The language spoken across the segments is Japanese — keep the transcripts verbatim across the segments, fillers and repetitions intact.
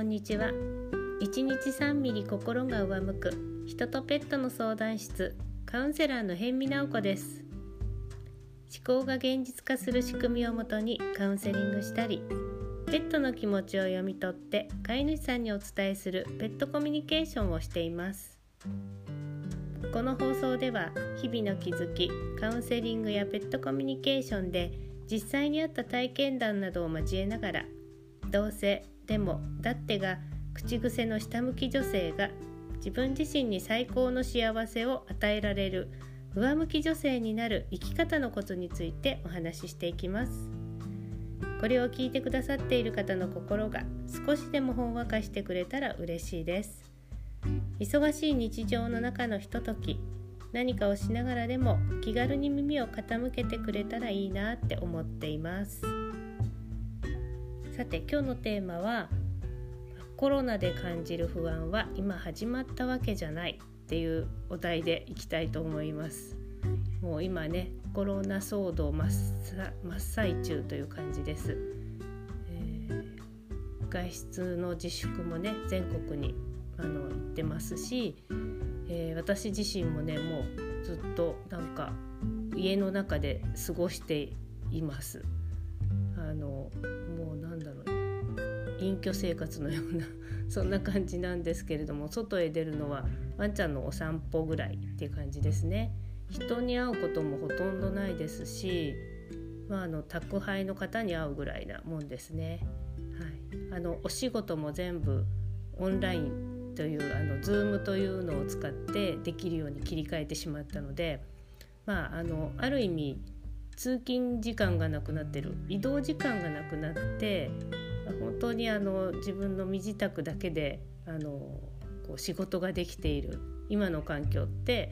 こんにちは。いちにちさんミリ心が上向く人とペットの相談室、カウンセラーの辺見直子です。思考が現実化する仕組みをもとにカウンセリングしたり、ペットの気持ちを読み取って飼い主さんにお伝えするペットコミュニケーションをしています。この放送では日々の気づき、カウンセリングやペットコミュニケーションで実際にあった体験談などを交えながら、どうせ、でも、だってが口癖の下向き女性が自分自身に最高の幸せを与えられる上向き女性になる生き方のことについてお話ししていきます。これを聞いてくださっている方の心が少しでもほんわかしてくれたら嬉しいです。忙しい日常の中のひととき、何かをしながらでも気軽に耳を傾けてくれたらいいなって思っています。さて、今日のテーマは、コロナで感じる不安は今始まったわけじゃないっていうお題でいきたいと思います。もう今ね、コロナ騒動真っさ真っ最中という感じです。えー、外出の自粛もね、全国にあの行ってますし、えー、私自身もね、もうずっとなんか家の中で過ごしています。あのもうなんだろう、隠居生活のようなそんな感じなんですけれども、外へ出るのはワンちゃんのお散歩ぐらいっていう感じですね。人に会うこともほとんどないですし、まあ、あの宅配の方に会うぐらいなもんですね。はい、あのお仕事も全部オンラインというあの Zoom というのを使ってできるように切り替えてしまったので、まあ、あのある意味通勤時間がなくなってる、移動時間がなくなって、本当にあの自分の身支度だけであのこう仕事ができている今の環境って、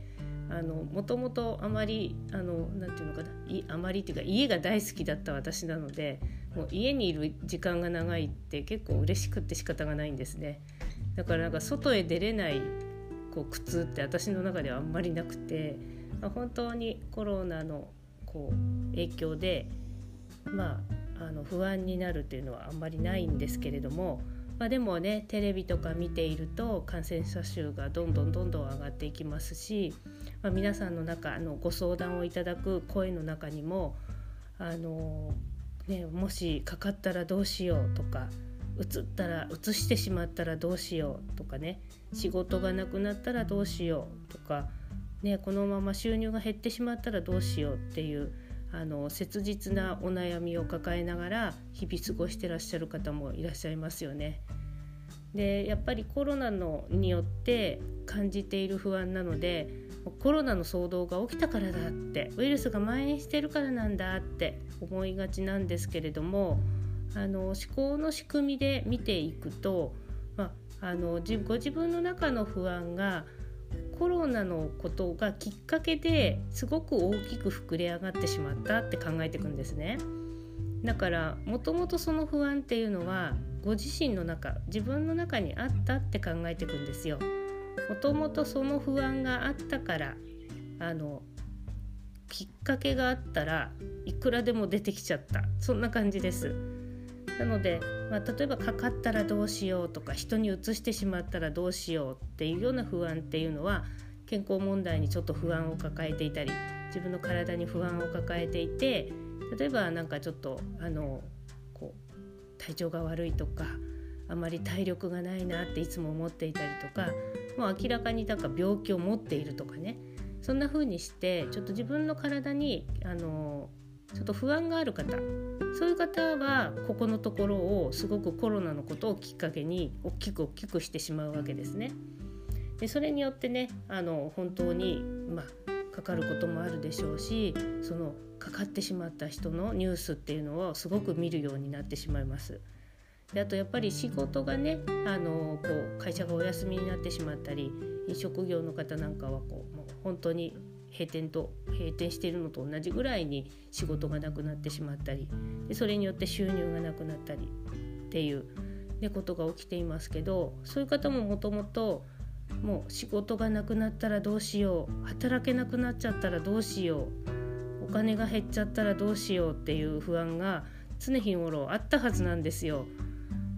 あのもともとあまりあのなんていうのかな、いあまりっていうか家が大好きだった私なので、もう家にいる時間が長いって結構嬉しくって仕方がないんですね。だからなんか外へ出れないこう苦痛って私の中ではあんまりなくて、本当にコロナのこう影響で、まあ、あの不安になるというのはあんまりないんですけれども、まあ、でもね、テレビとか見ていると感染者数がどんどんどんどん上がっていきますし、まあ、皆さんの中あのご相談をいただく声の中にもあの、ね、もしかかったらどうしようとか、うつったらうつしてしまったらどうしようとかね、仕事がなくなったらどうしようとかね、このまま収入が減ってしまったらどうしようっていうあの切実なお悩みを抱えながら日々過ごしてらっしゃる方もいらっしゃいますよね。で、やっぱりコロナのによって感じている不安なので、コロナの騒動が起きたからだって、ウイルスが蔓延してるからなんだって思いがちなんですけれども、あの思考の仕組みで見ていくと、まあ、あのご自分の中の不安がコロナのことがきっかけですごく大きく膨れ上がってしまったって考えていくんですね。だからもともとその不安っていうのはご自身の中、自分の中にあったって考えていくんですよ。もともとその不安があったから、あのきっかけがあったらいくらでも出てきちゃった、そんな感じです。なので、まあ、例えばかかったらどうしようとか、人にうつしてしまったらどうしようっていうような不安っていうのは、健康問題にちょっと不安を抱えていたり、自分の体に不安を抱えていて、例えばなんかちょっとあのこう体調が悪いとか、あまり体力がないなっていつも思っていたりとか、もう明らかになんか病気を持っているとかね、そんな風にしてちょっと自分の体にあのちょっと不安がある方、そういう方はここのところをすごくコロナのことをきっかけに大きく大きくしてしまうわけですね。で、それによってね、あの本当に、まあ、かかることもあるでしょうし、そのかかってしまった人のニュースっていうのをすごく見るようになってしまいます。で、あとやっぱり仕事がね、あのこう会社がお休みになってしまったり、飲食業の方なんかはこうもう本当に閉店と閉店しているのと同じぐらいに仕事がなくなってしまったり、でそれによって収入がなくなったりっていう、ね、ことが起きていますけど、そういう方ももともともう仕事がなくなったらどうしよう、働けなくなっちゃったらどうしよう、お金が減っちゃったらどうしようっていう不安が常日頃あったはずなんですよ。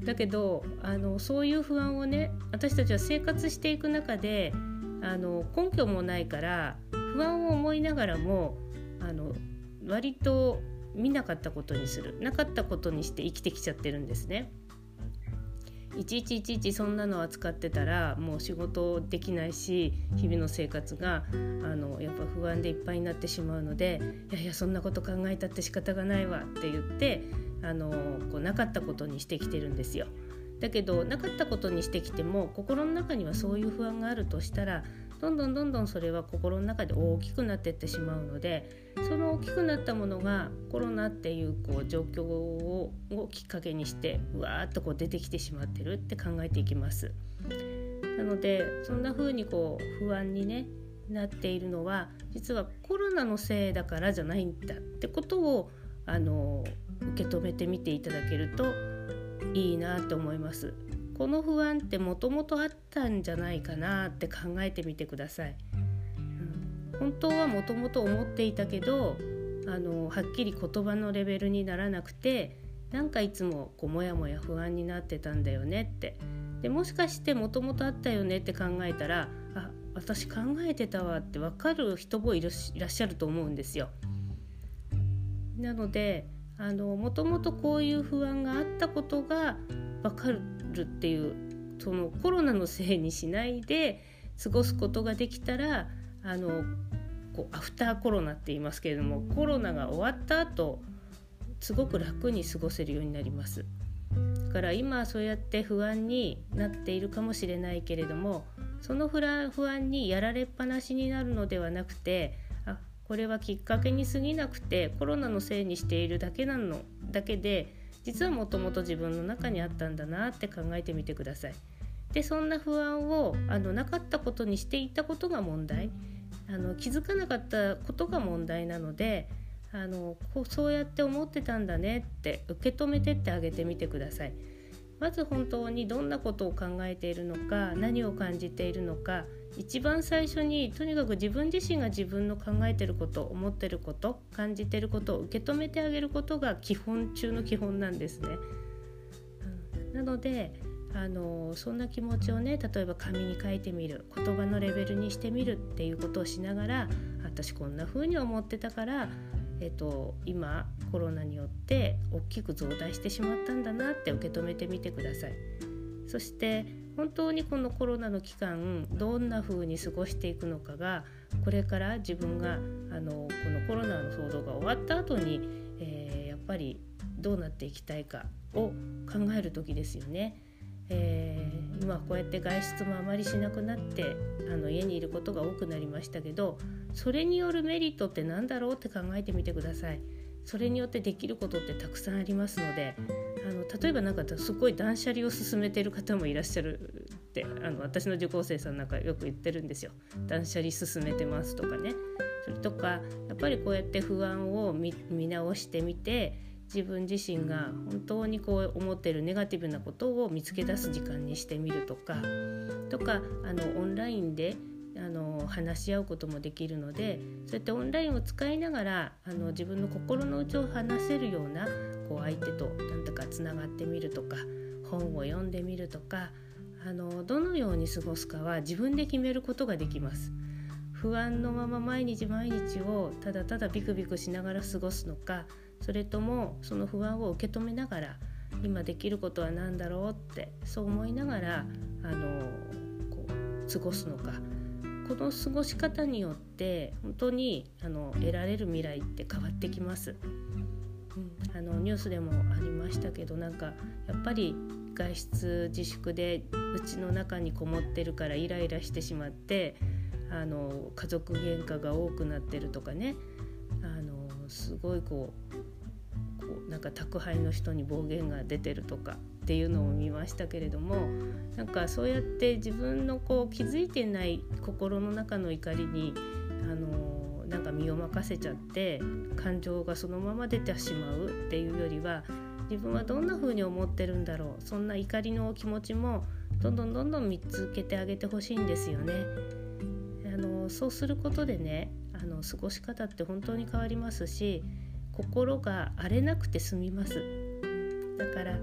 だけどあのそういう不安をね、私たちは生活していく中であの根拠もないから不安を思いながらもあの割と見なかったことにする、なかったことにして生きてきちゃってるんですね。いちいちいちいちそんなの扱ってたらもう仕事できないし、日々の生活があのやっぱ不安でいっぱいになってしまうので、いやいやそんなこと考えたって仕方がないわって言ってあのこうなかったことにしてきてるんですよ。だけどなかったことにしてきても心の中にはそういう不安があるとしたら、どんどんどんどんそれは心の中で大きくなっていってしまうので、その大きくなったものがコロナっていう、こう状況を、をきっかけにしてうわーっとこう出てきてしまってるって考えていきます。なのでそんな風にこう不安に、ね、なっているのは実はコロナのせいだからじゃないんだってことをあの受け止めてみていただけるといいなと思います。この不安ってもともとあったんじゃないかなって考えてみてください。うん、本当はもともと思っていたけどあのはっきり言葉のレベルにならなくて、なんかいつもこうもやもや不安になってたんだよねって。でもしかしてもともとあったよねって考えたら、あ、私考えてたわって分かる人もいらっしゃると思うんですよ。なのであのもともとこういう不安があったことが分かるっていう、そのコロナのせいにしないで過ごすことができたら、あのこうアフターコロナって言いますけれども、コロナが終わった後すごく楽に過ごせるようになります。だから今そうやって不安になっているかもしれないけれども、その不安にやられっぱなしになるのではなくて、あ、これはきっかけに過ぎなくてコロナのせいにしているだけなのだけで、実はもともと自分の中にあったんだなって考えてみてください。でそんな不安をあのなかったことにしていったことが問題、あの気づかなかったことが問題なので、あのこうそうやって思ってたんだねって受け止めてってあげてみてください。まず本当にどんなことを考えているのか、何を感じているのか、一番最初にとにかく自分自身が自分の考えていること、思っていること、感じていることを受け止めてあげることが基本中の基本なんですね。うん、なのであのそんな気持ちをね、例えば紙に書いてみる、言葉のレベルにしてみるっていうことをしながら、私こんな風に思ってたからえっと、今コロナによって大きく増大してしまったんだなって受け止めてみてください。そして本当にこのコロナの期間どんな風に過ごしていくのかが、これから自分があのこのコロナの騒動が終わった後に、えー、やっぱりどうなっていきたいかを考える時ですよね。えー、今こうやって外出もあまりしなくなってあの家にいることが多くなりましたけど、それによるメリットって何だろうって考えてみてください。それによってできることってたくさんありますので、あの例えばなんかすごい断捨離を進めている方もいらっしゃるってあの私の受講生さんなんかよく言ってるんですよ。断捨離進めてますとかね。それとかやっぱりこうやって不安を 見, 見直してみて、自分自身が本当にこう思っているネガティブなことを見つけ出す時間にしてみるとかとかあのオンラインであの話し合うこともできるので、そうやってオンラインを使いながらあの自分の心の内を話せるようなこう相手となんとかつながってみるとか、本を読んでみるとか、あのどのように過ごすかは自分で決めることができます。不安のまま毎日毎日をただただビクビクしながら過ごすのか、それともその不安を受け止めながら今できることは何だろうってそう思いながらあのこう過ごすのか、この過ごし方によって本当にあの得られる未来って変わってきます。うん、あのニュースでもありましたけど、なんかやっぱり外出自粛で家の中にこもってるからイライラしてしまってあの家族喧嘩が多くなってるとかね、あのすごいこうなんか宅配の人に暴言が出てるとかっていうのを見ましたけれども、なんかそうやって自分のこう気づいてない心の中の怒りにあのなんか身を任せちゃって感情がそのまま出てしまうっていうよりは、自分はどんな風に思ってるんだろう、そんな怒りの気持ちもどんどんどんどん見つけてあげてほしいんですよね。あのそうすることでね、あの過ごし方って本当に変わりますし、心が荒れなくて済みます。だから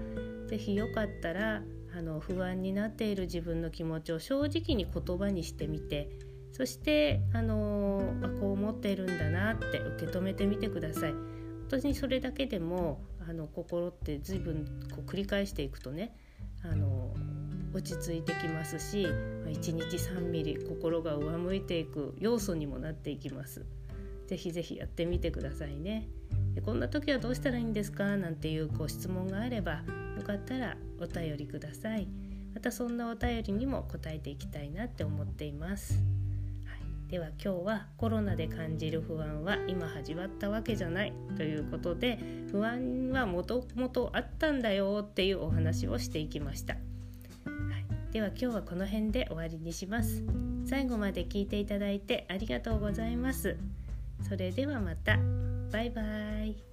ぜひよかったらあの不安になっている自分の気持ちを正直に言葉にしてみて、そしてあのあこう思っているんだなって受け止めてみてください。本当にそれだけでもあの心って随分こう繰り返していくとね、あの落ち着いてきますし、いちにちさんミリ心が上向いていく要素にもなっていきます。ぜひぜひやってみてくださいね。でこんな時はどうしたらいいんですかなんていうご質問があれば、よかったらお便りください。またそんなお便りにも答えていきたいなって思っています。はい、では今日はコロナで感じる不安は今始まったわけじゃないということで、不安はもともとあったんだよっていうお話をしていきました。はい、では今日はこの辺で終わりにします。最後まで聞いていただいてありがとうございます。それではまた。バイバイ。